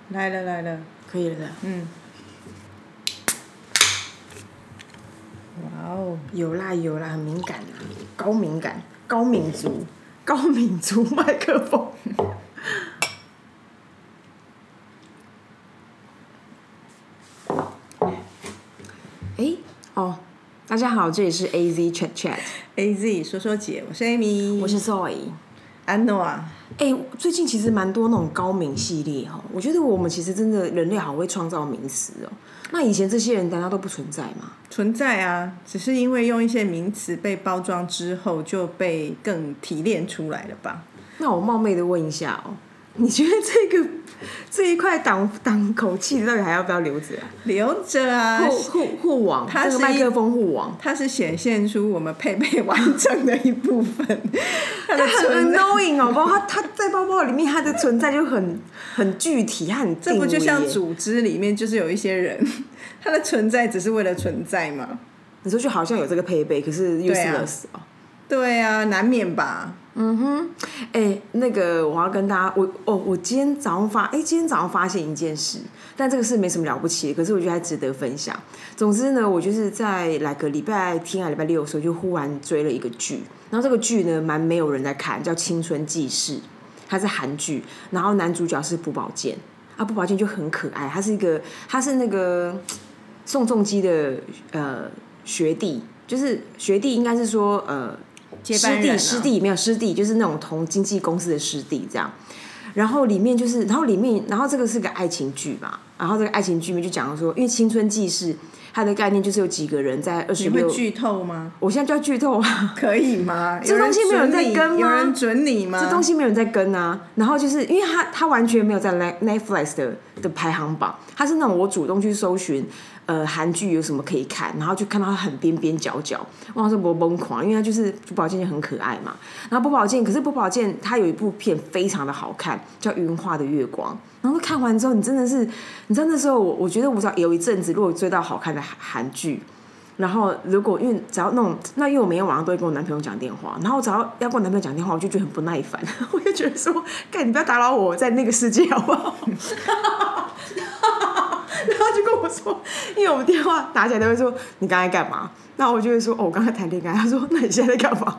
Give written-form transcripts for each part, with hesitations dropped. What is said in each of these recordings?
来了来了， 可以了。 哇哦， 有啦有啦，很敏感啊，高敏感，高敏族麦克风。大家好，这里是 AZ Chat Chat，AZ 说说姐，我是 Amy， 我是 Zoe， 安诺啊。 最近其实蛮多那种高敏系列哈，我觉得我们其实真的人类好会创造名词哦。那以前这些人难道都不存在吗？ 存在啊，只是因为用一些名词被包装之后，就被更提炼出来了吧？ 那我冒昧的问一下哦，你觉得这一块挡口气的到底还要不要留着啊？ 留着啊， 护网，这个麦克风护网， 它是显现出我们配备完整的一部分。 它很 annoying 哦，包括它在包包里面，它的存在就很具体，它很定位。 这不就像组织里面就是有一些人，他的存在只是为了存在吗？ 你说就好像有这个配备，可是 useless 哦。 对啊，难免吧。 那个我要跟大家，我今天早上发现一件事，但这个事没什么了不起的，可是我觉得还值得分享。总之呢，我就是在来个礼拜天礼拜六的时候，就忽然追了一个剧，然后这个剧呢蛮没有人在看，叫《青春记事》，它是韩剧，然后男主角是朴宝剑啊，朴宝剑就很可爱，他是那个宋仲基的学弟，就是学弟应该是说师弟没有师弟，就是那种同经纪公司的师弟这样。然后里面，然后这个是个爱情剧嘛，然后这个爱情剧里面就讲说，因为青春记事它的概念就是有几个人在26， 你会剧透吗？ 我现在就要剧透啊， 可以吗？ 这东西没有人在跟吗？ 有人准你吗？ 这东西没有人在跟啊。然后就是因为它完全没有在 Netflix 的排行榜，它是那种我主动去搜寻。韩剧有什么可以看，然后就看到他很边边角角，哇，这多疯狂！因为他就是朴宝剑就很可爱嘛。然后可是朴宝剑他有一部片非常的好看，叫《云画的月光》。然后看完之后，你真的是，你知道那时候我觉得我只要有一阵子，如果追到好看的韩剧，然后如果因为只要因为我每天晚上都会跟我男朋友讲电话，然后只要跟我男朋友讲电话，我就觉得很不耐烦，我就觉得说，干你不要打扰我在那个世界好不好？然后就跟我说，因为我们电话打起来都会说你刚才干嘛？那我就会说我刚才谈恋爱。他说那你现在在干嘛？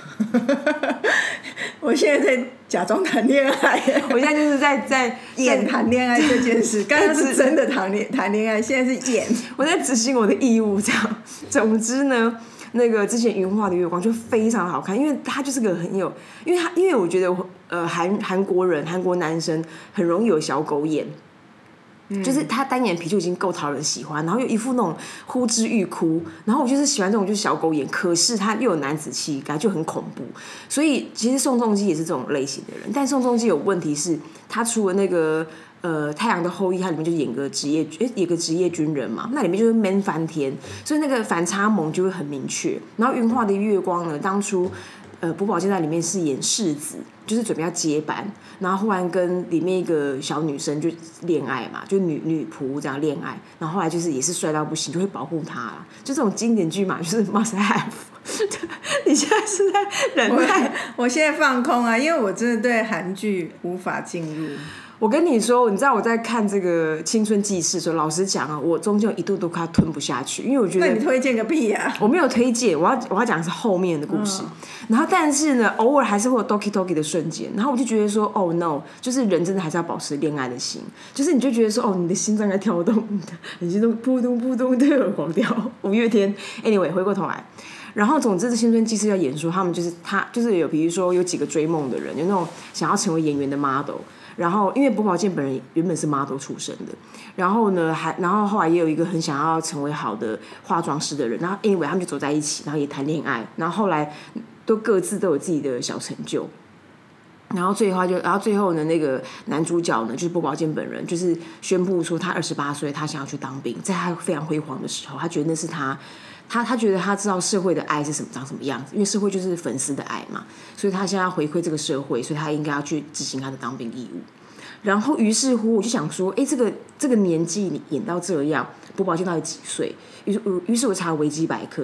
我现在在假装谈恋爱， 我现在就是在演谈恋爱这件事。刚才是真的谈恋爱，现在是演。我在执行我的义务，这样。总之呢，那个之前《云画的月光》就非常好看，因为他就是个很有，因为我觉得韩国男生很容易有小狗眼。就是他单眼皮就已经够讨人喜欢，然后又一副那种呼之欲哭，然后我就是喜欢这种就是小狗眼，可是他又有男子气概，就很恐怖。所以其实宋仲基也是这种类型的人，但宋仲基有问题是，他除了那个《太阳的后裔》，他里面就演个职业军人嘛，那里面就是 man 翻天，所以那个反差萌就会很明确。然后《云画的月光》呢，当初朴宝剑在里面是演世子，就是准备要接班，然后忽然跟里面一个小女生就恋爱嘛，就女仆这样恋爱，然后后来就是也是帅到不行，就会保护她啦，就这种经典剧嘛，就是 must have。你现在是在忍耐？ 我现在放空啊，因为我真的对韩剧无法进入。 我跟你说，你知道我在看这个《青春记事》的时候，老实讲啊，我中间一度都快吞不下去，因为我觉得。 那你推荐个屁啊！ 我没有推荐，我要讲的是后面的故事。然后，但是呢，偶尔还是会有 doki doki 的瞬间。然后我就觉得说，哦 no， 就是人真的还是要保持恋爱的心。就是你就觉得说，哦，你的心脏在跳动，你心中扑通扑通都有狂跳。五月天 ，anyway， 回过头来。然后，总之，这青春记事要演说，他们就是有，比如说有几个追梦的人，有那种想要成为演员的 model。然后，因为朴宝剑本人原本是 model 出身的，然后呢，然后后来也有一个很想要成为好的化妆师的人，然后 anyway 他们就走在一起，然后也谈恋爱，然后后来都各自都有自己的小成就。然后最后呢，那个男主角呢，就是朴宝剑本人，就是宣布说他28岁，他想要去当兵，在他非常辉煌的时候，他觉得那是他觉得他知道社会的爱是长什么样子，因为社会就是粉丝的爱嘛，所以他现在要回馈这个社会，所以他应该要去执行他的当兵义务。然后于是乎我就想说，这个年纪你演到这样，朴宝剑到底几岁？于是我查维基百科，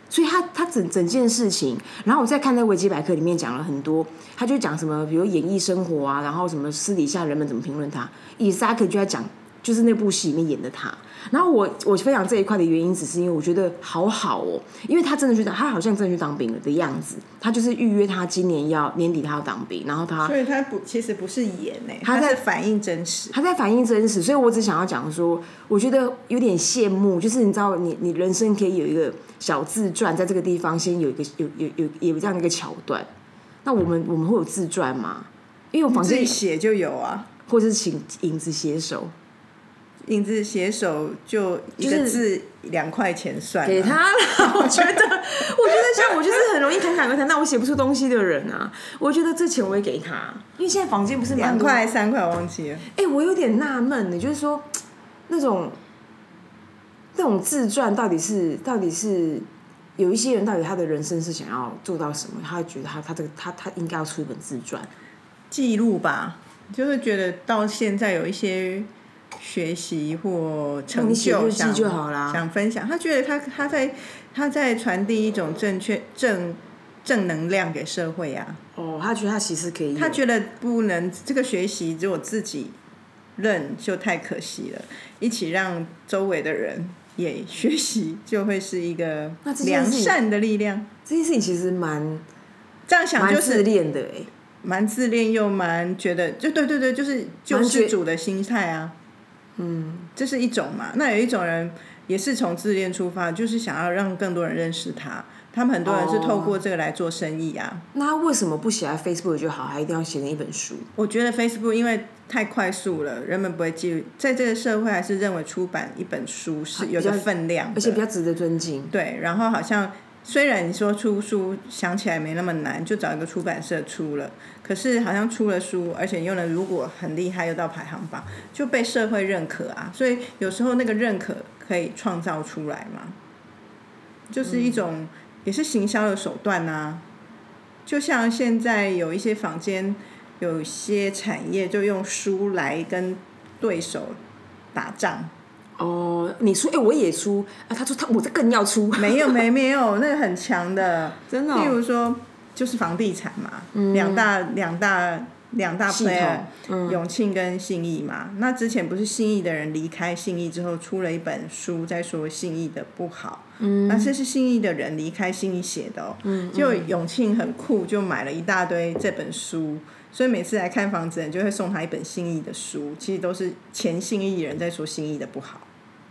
所以他整件事情，然后我在看在维基百科里面讲了很多，他就讲什么，比如演艺生活啊，然后什么私底下人们怎么评论他，以撒克就在讲，就是那部戏里面演的他。然后我分享这一块的原因，只是因为我觉得好哦，因为他真的去他好像真的去当兵了的样子，他就是预约他今年年底他要当兵，然后所以他其实不是演他在反映真实， 他在反映真实，所以我只想要讲说，我觉得有点羡慕，就是你知道你人生可以有一个小自传，在这个地方先有一个有这样的一个桥段。那我们会有自传吗？因为我房间自己写就有啊， 或者是请影子写手。 影子写手就一个字2块钱算给他了，我觉得像我就是很容易侃侃而谈，但我写不出东西的人啊，我觉得这钱我会给他，因为现在房间不是 2块3块我忘记了。 我有点纳闷，就是说那种自传到底是有一些人到底他的人生是想要做到什么？他觉得他应该要出一本自传记录吧，就会觉得到现在有一些学习或成就就好啦， 想分享。他觉得他在传递一种正能量给社会啊。 他觉得他其实可以， 他觉得不能这个学习只有自己认就太可惜了，一起让周围的人也学习，就会是一个良善的力量。 这件事情其实这样想就是自恋的蛮自恋又蛮觉得对，就是救世主的心态啊。这是一种嘛。那有一种人也是从自恋出发，就是想要让更多人认识他。他们很多人是透过这个来做生意啊。 那他为什么不写在 Facebook 就好，还一定要写成一本书？ 我觉得 Facebook 因为太快速了，人们不会记录。在这个社会还是认为出版一本书是有个分量的， 而且比较值得尊敬。 对，然后好像虽然你说出书想起来没那么难，就找一个出版社出了，可是好像出了书，而且用了如果很厉害又到排行榜，就被社会认可啊。所以有时候那个认可可以创造出来嘛，就是一种也是行销的手段啊。就像现在有一些坊间有些产业就用书来跟对手打仗。 你出我也出他出我这更要出。 没有那个很强的， 真的。 例如说就是房地产嘛，两大 player，永庆跟信义嘛。那之前不是信义的人离开信义之后出了一本书在说信义的不好，那这是信义的人离开信义写的就永庆很酷，就买了一大堆这本书，所以每次来看房子的人就会送他一本信义的书，其实都是前信义人在说信义的不好。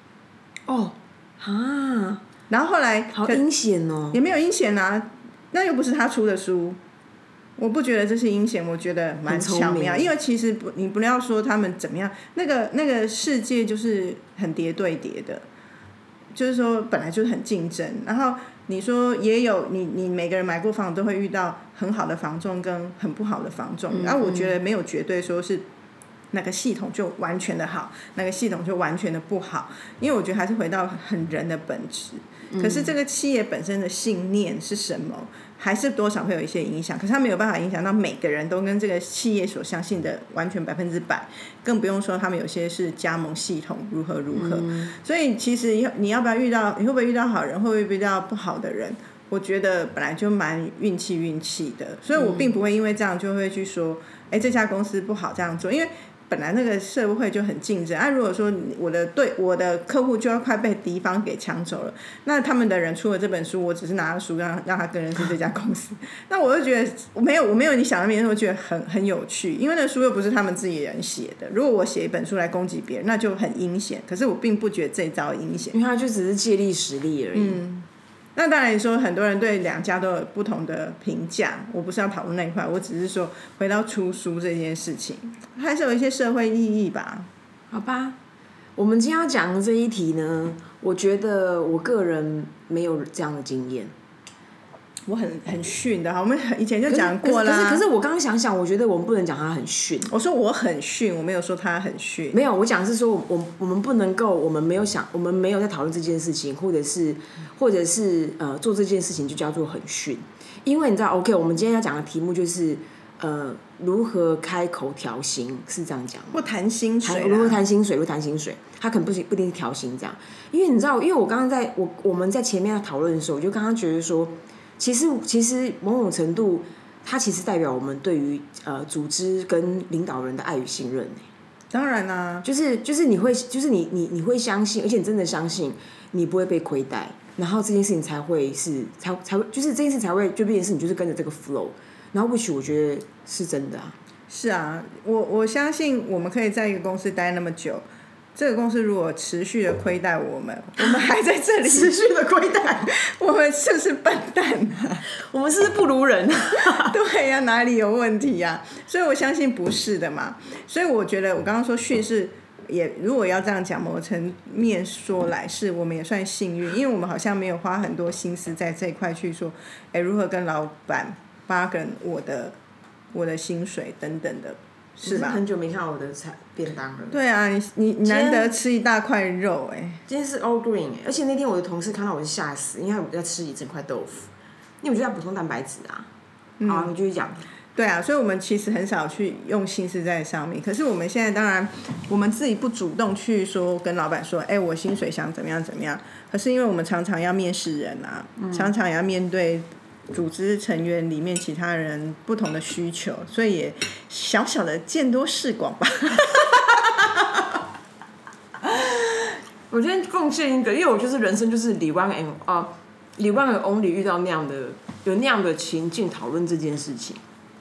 然后后来好阴险也没有阴险啊，那又不是他出的书，我不觉得这是阴险，我觉得蛮巧妙。因为其实你不要说他们怎么样，那个世界就是很叠对叠的，就是说本来就是很竞争。然后你说也有你每个人买过房都会遇到很好的房仲跟很不好的房仲，然后我觉得没有绝对说是那个系统就完全的好，那个系统就完全的不好，因为我觉得还是回到很人的本质。可是这个企业本身的信念是什么，还是多少会有一些影响，可是它没有办法影响到每个人都跟这个企业所相信的完全100%，更不用说他们有些是加盟系统如何，所以其实你要不要遇到，你会不会遇到好人，会不会遇到不好的人，我觉得本来就蛮运气的，所以我并不会因为这样就会去说这家公司不好这样做，因为本来那个社会就很竞争如果说我的客户就要快被敌方给抢走了，那他们的人出了这本书，我只是拿了书让他更认识这家公司那我就觉得我没有你想的那么，我觉得很有趣，因为那书又不是他们自己人写的，如果我写一本书来攻击别人，那就很阴险，可是我并不觉得这一招阴险， 因为他就只是借力使力而已。 那当然你说很多人对两家都有不同的评价，我不是要讨论那一块，我只是说回到出书这件事情还是有一些社会意义吧。 好吧，我们今天要讲的这一题呢，我觉得我个人没有这样的经验， 我很逊的，我们以前就讲过啦。 可是我刚刚想，我觉得我们不能讲他很逊。 我说我很逊，我没有说他很逊。 没有，我讲是说我们不能够，我们没有在讨论这件事情，或者是做这件事情就叫做很逊。因为你知道 ，OK， 我们今天要讲的题目就是如何开口调薪，是这样讲吗？ 或谈薪水啦， 如何谈薪水，他可能不一定是调薪这样，因为你知道，因为我刚刚我们在前面讨论的时候，我就刚刚觉得说，其实某种程度，它其实代表我们对于组织跟领导人的爱与信任。 当然啦， 就是你会相信，而且你真的相信你不会被亏待，然后这件事情才会就是这件事才会就变成是你就是跟着这个 flow， 然后我觉得是真的啊。 是啊，我相信我们可以在一个公司待那么久，这个公司如果持续的亏待我们还在这里持续的亏待， 我们是不是笨蛋啊？ 我们是不是不如人啊？ 对呀，哪里有问题呀？所以我相信不是的嘛。所以我觉得我刚刚说训是也，如果要这样讲，某层面说来是我们也算幸运，因为我们好像没有花很多心思在这一块去说，如何跟老板bargain我的薪水等等的，是吧？ 很久没看我的便当了。 对啊，你难得吃一大块肉今天是 all green 而且那天我的同事看到我是吓死，因为我在吃一整块豆腐，因为我觉得要补充蛋白质啊。好，你继续讲。 对啊，所以我们其实很少去用心思在上面。可是我们现在当然，我们自己不主动去说跟老板说，我薪水想怎么样怎么样。可是因为我们常常要面试人啊，常常也要面对组织成员里面其他人不同的需求，所以也小小的见多识广吧。 我今天贡献一个，因为我就是人生就是李万 only 遇到有那样的情境讨论这件事情。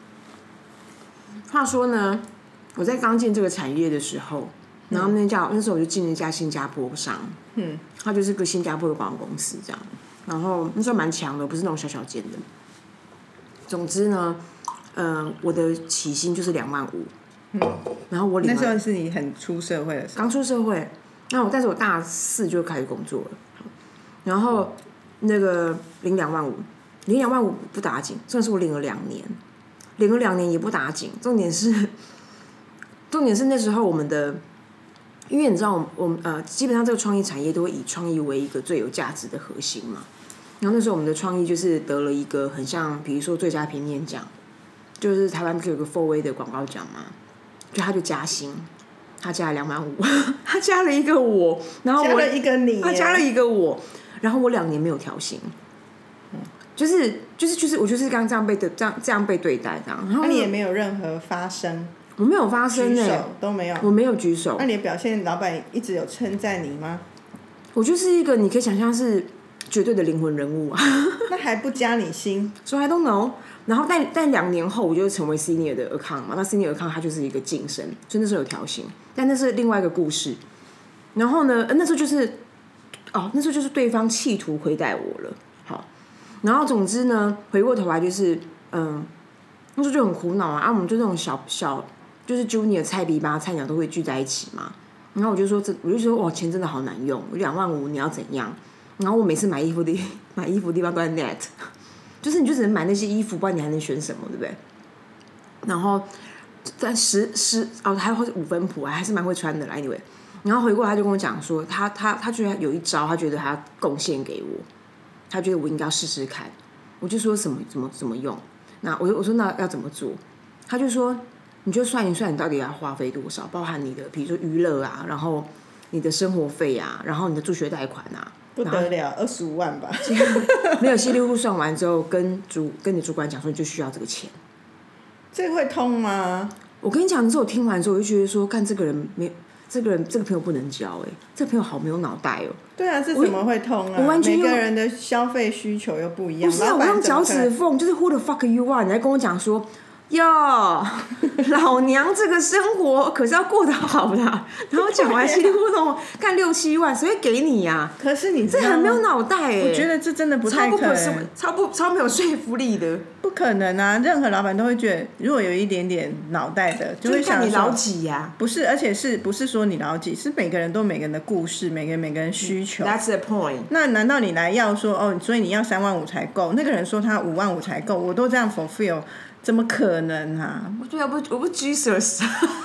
话说呢，我在刚进这个产业的时候，然后那时候我就进了一家新加坡商，它就是个新加坡的广告公司这样，然后那时候蛮强的，不是那种小间的。总之呢，我的起薪就是25000，然后我领了， 那时候是你很出社会的时候， 刚出社会，但是我大4就开始工作了，然后那个领25000，领25000不打紧，算是我领了2年。领了2年也不打紧，重点是那时候我们的，因为你知道我们基本上这个创意产业都会以创意为一个最有价值的核心嘛。然后那时候我们的创意就是得了一个很像，比如说最佳平面奖，就是台湾不是有个 4A 的广告奖嘛，就他就加薪，他加了25000，他加了一个我，然后加了一个你， 他加了一个我，然后我2年没有调薪。就是我就是刚刚这样被对待这样，然后你也没有任何发声， 我没有发声举手都没有， 我没有举手。 那你的表现，老板一直有称赞你吗？ 我就是一个你可以想象是绝对的灵魂人物啊。 那还不加你薪 ？So I don't know。然后但2年后我就成为 senior 的 account 嘛，那 senior account 它就是一个晋升，所以那时候有调薪，但那是另外一个故事。然后呢，那时候就是对方企图亏待我了。好。然后总之呢，回过头来就是，那时候就很苦恼啊！我们就那种小就是 junior 菜逼吧菜鸟都会聚在一起嘛。然后我就说哇，钱真的好难用，25000你要怎样？然后我每次买衣服的地方都在 net， 就是你就只能买那些衣服，不然你还能选什么，对不对？然后在还有5分谱，还是蛮会穿的啦 anyway。然后回过来他就跟我讲说，他觉得有一招，他觉得他贡献给我。他觉得我应该要试试看，我就说怎么用？那我说那要怎么做？他就说你就算一算你到底要花费多少，包含你的比如说娱乐啊，然后你的生活费啊，然后你的助学贷款啊， 不得了，25万吧？ 没有稀里糊涂算完之后，跟你主管讲说你就需要这个钱， 这个会通吗？ 我跟你讲，之后我听完之后我就觉得说，干这个朋友不能交这个朋友好没有脑袋哦。 对啊，这怎么会通啊？ 我完全每个人的消费需求又不一样。 不是啊，我用脚趾缝，就是 Who the fuck you are？ 你在跟我讲说，哟，老娘这个生活可是要过得好啦。然后讲完稀里糊涂，干6-7万，谁会给你呀？ 可是你这很没有脑袋我觉得这真的不太可能， 超没有说服力的。 不可能啊！任何老板都会觉得，如果有一点点脑袋的，就会想看你老几呀？ 不是，而且不是说你老几，是每个人都有每个人的故事，每个人需求。 That's the point。 那难道你来要说所以你要35000才够？那个人说他55000才够，我都这样 fulfill， 怎么可能啊？ 对啊，我不 Jesus。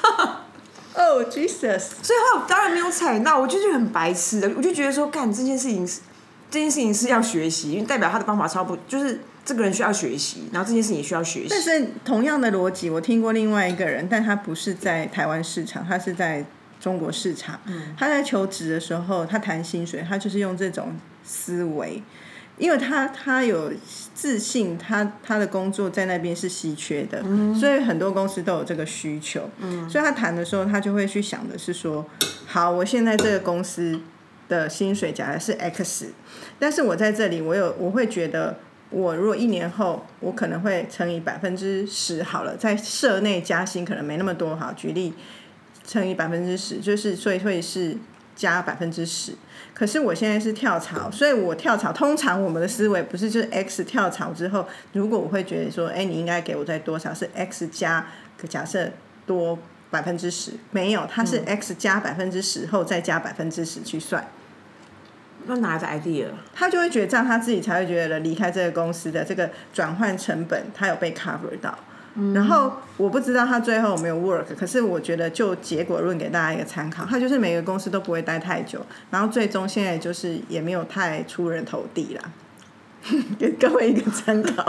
Oh Jesus！ 所以后来我当然没有踩到，我就觉得很白痴的，我就觉得说，干这件事情是要学习，因为代表他的方法就是这个人需要学习，然后这件事情也需要学习。 但是同样的逻辑，我听过另外一个人，但他不是在台湾市场，他是在中国市场。他在求职的时候，他谈薪水，他就是用这种思维。因为他有自信，他的工作在那边是稀缺的，所以很多公司都有这个需求，所以他谈的时候，他就会去想的是说，好，我现在这个公司的薪水假如是 X， 但是我在这里我会觉得，我如果1年后我可能会乘以10%好了，在社内加薪可能没那么多，好，举例乘以10%，就是所以会是加10%。可是我现在是跳槽，所以我跳槽，通常我们的思维不是就是 X 跳槽之后，如果我会觉得说，你应该给我再多少，是 X 加假设多10%，没有，它是 X 加10%后再加10%去算。 那哪来的 idea？ 他就会觉得这样，他自己才会觉得离开这个公司的这个转换成本，他有被 cover 到。然后我不知道他最后有没有 work， 可是我觉得就结果论给大家一个参考，他就是每个公司都不会待太久，然后最终现在就是也没有太出人头地啦，给各位一个参考。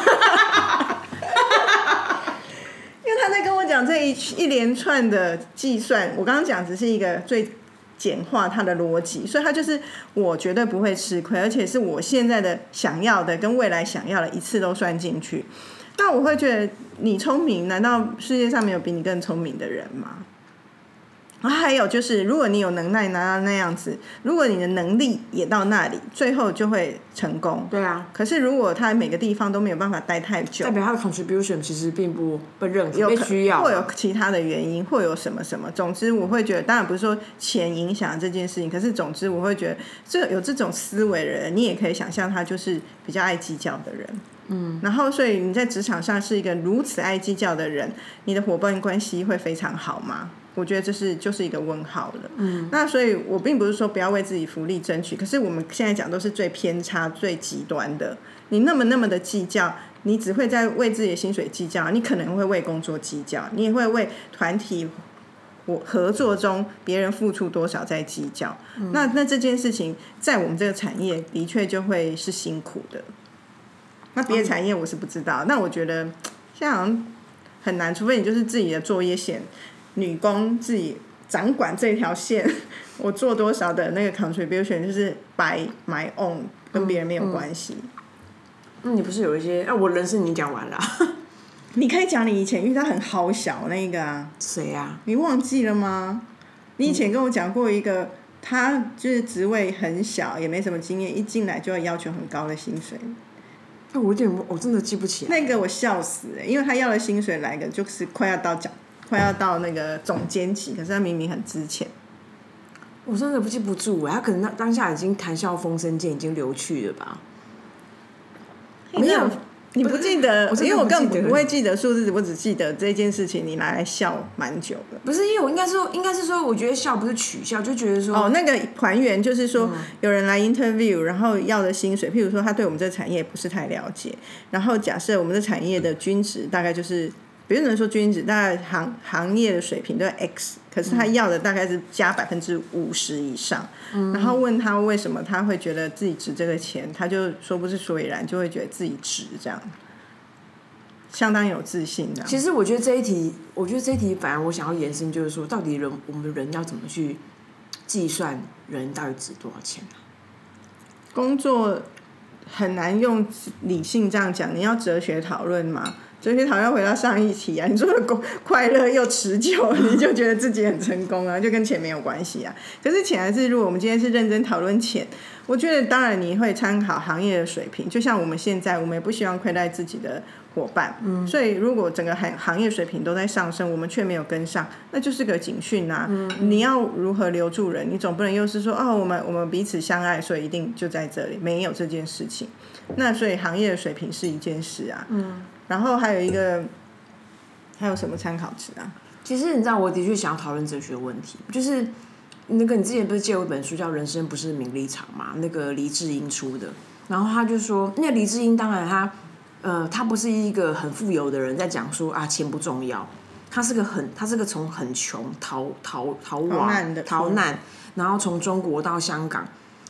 因为他在跟我讲这一连串的计算，我刚刚讲只是一个最简化他的逻辑，所以他就是我绝对不会吃亏，而且是我现在的想要的跟未来想要的一次都算进去。那我会觉得你聪明，难道世界上没有比你更聪明的人吗？然后还有就是，如果你有能耐拿到那样子，如果你的能力也到那里，最后就会成功。 对啊。 可是如果他每个地方都没有办法待太久， 代表他的 contribution 其实并不被认可，被需要， 或有其他的原因，或有什么什么。总之，我会觉得，当然不是说钱影响这件事情，可是总之我会觉得，有这种思维的人，你也可以想象他就是比较爱计较的人。然后所以你在职场上是一个如此爱计较的人，你的伙伴关系会非常好吗？我觉得这就是一个问号了。那所以我并不是说不要为自己福利争取，可是我们现在讲都是最偏差最极端的。你那么的计较，你只会在为自己的薪水计较，你可能会为工作计较，你也会为团体合作中别人付出多少在计较。那这件事情在我们这个产业的确就会是辛苦的。那别的产业我是不知道，那我觉得现在好像很难，除非你就是自己的作业线，女工自己掌管这条线，我做多少的那个 contribution 就是 by my own， 跟别人没有关系。 你不是有一些我人生已经讲完了。 你可以讲你以前遇到很好小那个啊？ 谁啊？ 你忘记了吗？你以前跟我讲过一个，他就是职位很小，也没什么经验，一进来就要求很高的薪水。 我真的记不起来。 那个我笑死了，因为他要的薪水来个就是快要到那个总监级，可是他明明很值钱。 我真的记不住他可能当下已经谈笑风生间已经流去了吧。 没有，你不记得？因为我根本不会记得数字，我只记得这件事情你拿来笑蛮久的。 不是，因为我应该是说，我觉得笑不是取笑，就觉得说那个还原就是说，有人来 interview， 然后要的薪水，譬如说他对我们这个产业不是太了解，然后假设我们这产业的均值大概就是。不能说均值，大概行业的水平都是 X， 可是他要的大概是加50%以上。然后问他为什么他会觉得自己值这个钱，他就说不是所以然，就会觉得自己值这样，相当有自信的。 其实我觉得这一题反而我想要延伸，就是说，到底我们人要怎么去计算人到底值多少钱工作很难用理性这样讲，你要哲学讨论嘛。哲学讨论回到上一题啊，你做的快乐又持久，你就觉得自己很成功啊，就跟钱没有关系啊。可是钱还是，如果我们今天是认真讨论钱，我觉得当然你会参考行业的水平，就像我们现在，我们也不希望亏待自己的伙伴，所以如果整个行业水平都在上升，我们却没有跟上，那就是个警讯啊。你要如何留住人？你总不能又是说我们彼此相爱，所以一定就在这里，没有这件事情。那所以行业的水平是一件事啊。然后还有什么参考值啊？ 其实你知道，我的确想讨论哲学问题，就是那个你之前不是借我一本书叫《人生不是名利场》嘛？那个黎智英出的，然后他就说，那黎智英当然他不是一个很富有的人，在讲说钱不重要，他是个从很穷逃难，然后从中国到香港，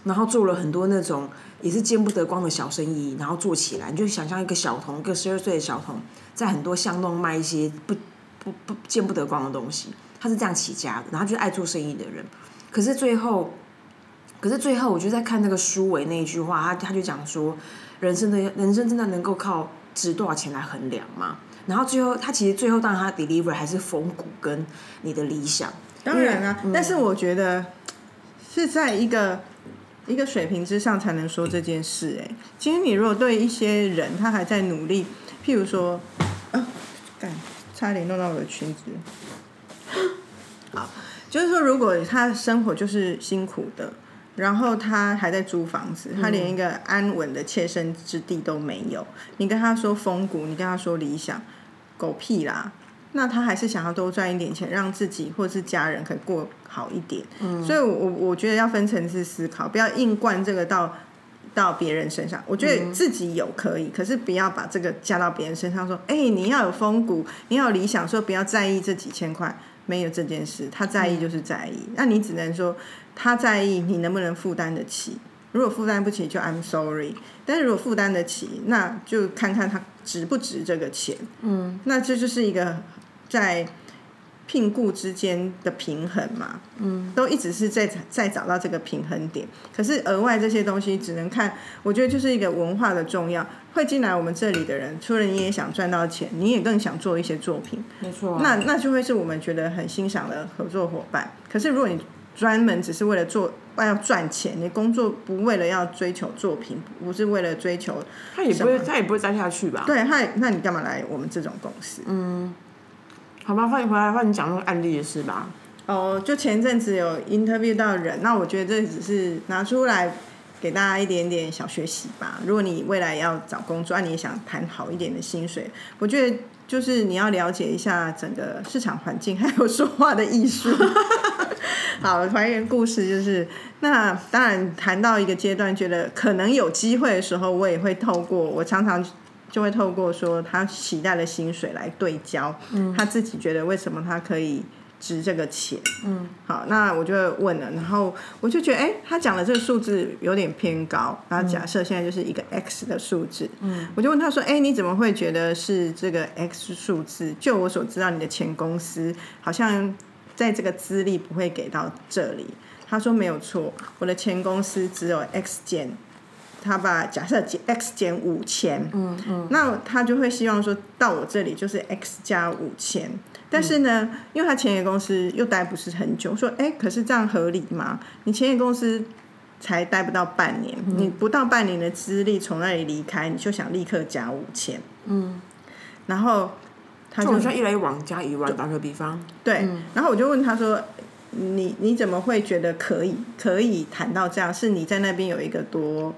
然后做了很多那种也是见不得光的小生意，然后做起来，你就想象一个小童，一个12岁的小童，在很多巷弄卖一些不见不得光的东西，他是这样起家的，然后他就是爱做生意的人。可是最后我就在看那个书尾那一句话，他就讲说，人生真的能够靠值多少钱来衡量吗？然后他其实最后当然他 deliver 还是风骨跟你的理想。 当然啊，但是我觉得是在一个水平之上才能说这件事。今天你如果对一些人他还在努力，譬如说，差点弄到我的裙子。好，就是说，如果他生活就是辛苦的，然后他还在租房子，他连一个安稳的切身之地都没有，你跟他说风骨，你跟他说理想，狗屁啦！那他还是想要多赚一点钱，让自己或是家人可以过好一点。所以我觉得要分层次思考，不要硬灌这个到别人身上。我觉得自己有可以，可是不要把这个加到别人身上，说你要有风骨，你要有理想，说不要在意这几千块，没有这件事，他在意就是在意。那你只能说他在意，你能不能负担得起？如果负担不起就 I'm sorry， 但是如果负担得起，那就看看他值不值这个钱。那这就是一个在聘雇之间的平衡嘛，都一直是在找到这个平衡点。可是额外这些东西只能看，我觉得就是一个文化的重要。会进来我们这里的人，除了你也想赚到钱，你也更想做一些作品， 没错。 那就会是我们觉得很欣赏的合作伙伴。可是如果你专门只是为了要赚钱，你工作不为了要追求作品，不是为了追求， 他也不会待下去吧？ 对，那你干嘛来我们这种公司？ 好吧，换你讲那个案例的事吧。 就前阵子有 interview 到人，那我觉得这只是拿出来给大家一点点小学习吧。如果你未来要找工作，你也想谈好一点的薪水，我觉得就是你要了解一下整个市场环境，还有说话的艺术。好，还原故事就是，那当然谈到一个阶段，觉得可能有机会的时候，我也会我常常就会透过说他期待的薪水来对焦，他自己觉得为什么他可以值这个钱。好，那我就问了，然后我就觉得他讲的这个数字有点偏高，然后假设现在就是一个 X 的数字，我就问他说你怎么会觉得是这个 X 数字？就我所知道，你的前公司好像在这个资历不会给到这里。他说没有错，我的前公司只有 X 减，他把假设 X 减5000，那他就会希望说到我这里就是 X 加5000。但是呢，因为他前一个公司又待不是很久，说可是这样合理吗？你前一个公司才待不到半年，你不到半年的资历从那里离开，你就想立刻加5000，然后他就像1来1往加1万，打个比方。 对，然后我就问他说，你怎么会觉得可以谈到这样？是你在那边有一个多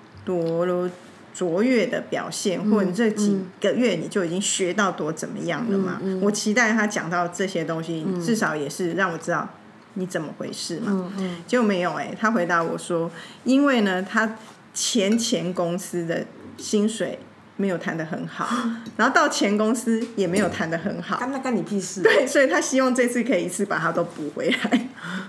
卓越的表现，或者你这几个月你就已经学到多怎么样了嘛？我期待他讲到这些东西，至少也是让我知道你怎么回事嘛。结果没有他回答我说，因为呢他前公司的薪水没有谈得很好，然后到前公司也没有谈得很好， 那干你屁事？ 对，所以他希望这次可以一次把它都补回来。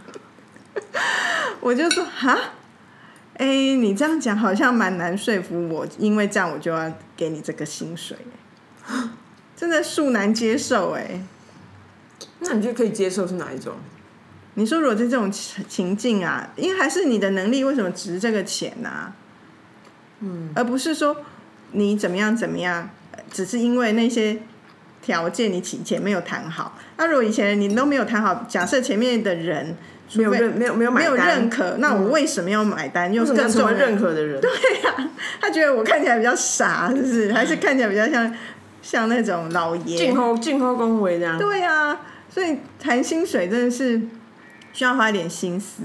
我就说哈。你这样讲好像蛮难说服我，因为这样我就要给你这个薪水，真的恕难接受。 那你觉得可以接受是哪一种？ 你说如果在这种情境啊，因为还是你的能力为什么值这个钱啊？而不是说你怎么样，只是因为那些条件你以前没有谈好。那如果以前你都没有谈好，假设前面的人没有认可， 那我为什么要买单？又更什么认可的人？ 对呀，他觉得我看起来比较傻，是不是？还是看起来比较像那种老爷？ 静候恭维这样。 对呀，所以谈薪水真的是需要花一点心思。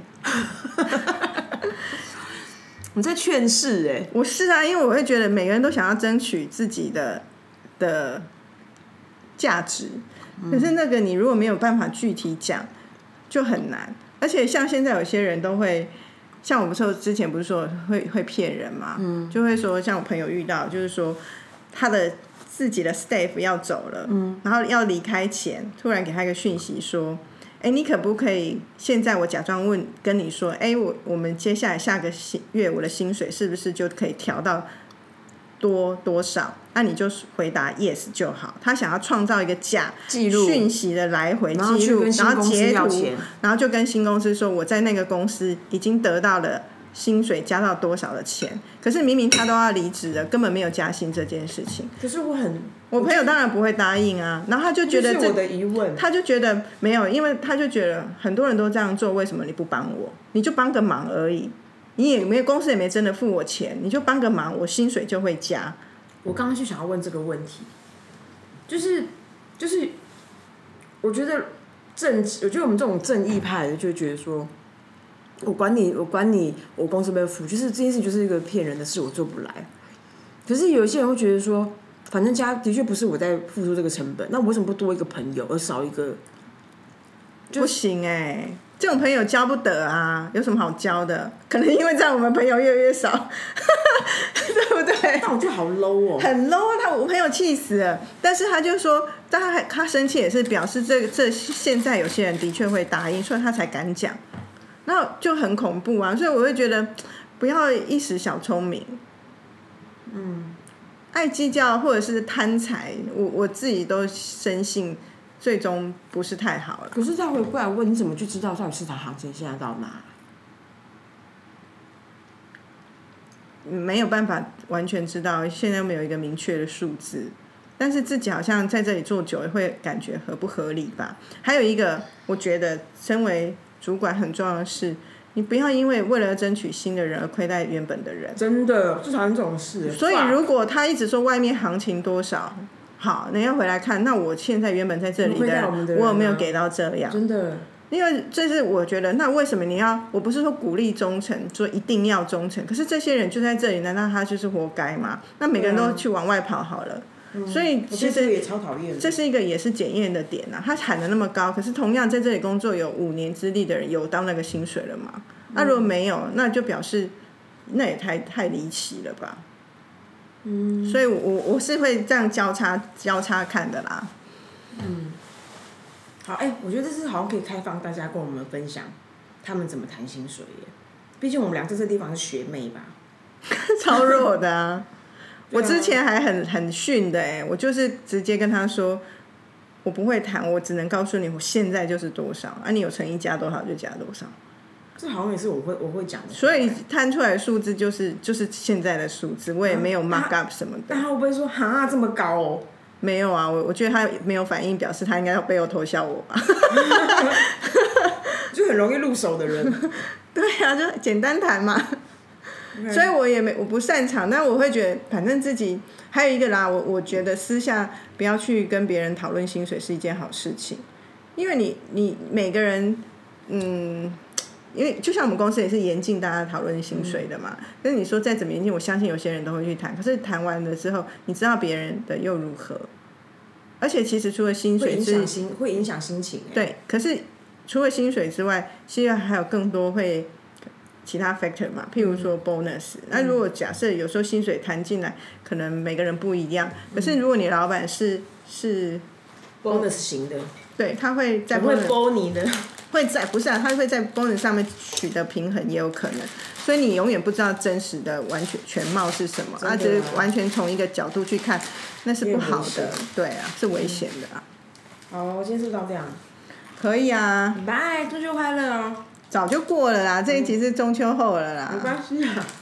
你在劝世我是啊，因为我会觉得每个人都想要争取自己的价值，可是那个你如果没有办法具体讲，就很难。而且像现在有些人都会，像我们之前不是说会骗人嘛，就会说像我朋友遇到，就是说他的自己的 staff 要走了，然后要离开前，突然给他一个讯息说， 你可不可以现在我假装跟你说，我们接下来下个月我的薪水是不是就可以调到多少？那你就回答 yes 就好。他想要创造一个假记录讯息的来回记录，然后截图，然后就跟新公司说我在那个公司已经得到了薪水加到多少的钱，可是明明他都要离职了，根本没有加薪这件事情。 可是我朋友当然不会答应啊，然后他就觉得这是我的疑问， 他就觉得没有，因为他就觉得很多人都这样做，为什么你不帮我？你就帮个忙而已，你也没公司也没真的付我钱，你就帮个忙，我薪水就会加。 我刚刚就想要问这个问题，就是我觉得我觉得我们这种正义派的就会觉得说，我管你，我公司被付，就是这件事情就是一个骗人的事，我做不来。可是有一些人会觉得说，反正家的确不是我在付出这个成本，那我为什么不多一个朋友而少一个？ 不行这种朋友交不得啊，有什么好交的？可能因为这样我们朋友越来越少，对不对？ 但我觉得好 low 哦， 很 low 啊！我朋友气死了，但是他就说，他生气也是表示这现在有些人的确会答应，所以他才敢讲，那就很恐怖啊！所以我会觉得不要一时小聪明，爱计较或者是贪财，我自己都深信。最终不是太好了。 可是他回过来问，你怎么去知道到底市场行情现在到哪？ 没有办法完全知道，现在没有一个明确的数字，但是自己好像在这里做久了，会感觉合不合理吧。还有一个，我觉得身为主管很重要的是，你不要因为了争取新的人而亏待原本的人。 真的，最讨厌这种事。 所以如果他一直说外面行情多少，好，你要回来看，那我现在原本在这里的人，我有没有给到这样？ 真的， 因为这是我觉得，那为什么你要？我不是说鼓励忠诚，说一定要忠诚，可是这些人就在这里，难道他就是活该吗？那每个人都去往外跑好了。所以其实也超讨厌， 这是一个也是检验的点啊。他喊的那么高，可是同样在这里工作有5年资历的人，有到那个薪水了吗？那如果没有，那就表示那也太离奇了吧。所以我是会这样交叉看的啦。 好，我觉得这是好像可以开放大家跟我们分享他们怎么谈薪水耶。毕竟我们俩在这地方是学妹吧， 超弱的啊！我之前还很逊的我就是直接跟他说，我不会谈，我只能告诉你我现在就是多少啊，你有诚意加多少就加多少。 这好像也是我会讲的， 所以摊出来的数字就是现在的数字，我也没有 mark up 什么的。 那他会不会说哈这么高哦？ 没有啊，我觉得他没有反应，表示他应该要背后偷笑我吧。 就很容易入手的人。 对啊，就简单谈嘛。所以我不擅长，但我会觉得反正自己还有一个啦，我觉得私下不要去跟别人讨论薪水是一件好事情，因为你每个人因为就像我们公司也是严禁大家讨论薪水的嘛，但是你说再怎么严禁，我相信有些人都会去谈，可是谈完了之后，你知道别人的又如何？而且其实除了薪水会影响心情。 对，可是除了薪水之外，其实还有更多会其他 factor 嘛，譬如说 bonus。那如果假设有时候薪水谈进来，可能每个人不一样，可是如果你老板是 bonus 型的， 对，他会在会 bonus 你的。 不是啊，他会在 bonus 上面取得平衡，也有可能，所以你永远不知道真实的全貌是什么，就是完全从一个角度去看，那是不好的，对啊，是危险的啊。 好，今天是到这样。 可以啊。 拜，中秋快乐哦。 早就过了啦，这一集是中秋后了啦。 没关系啊。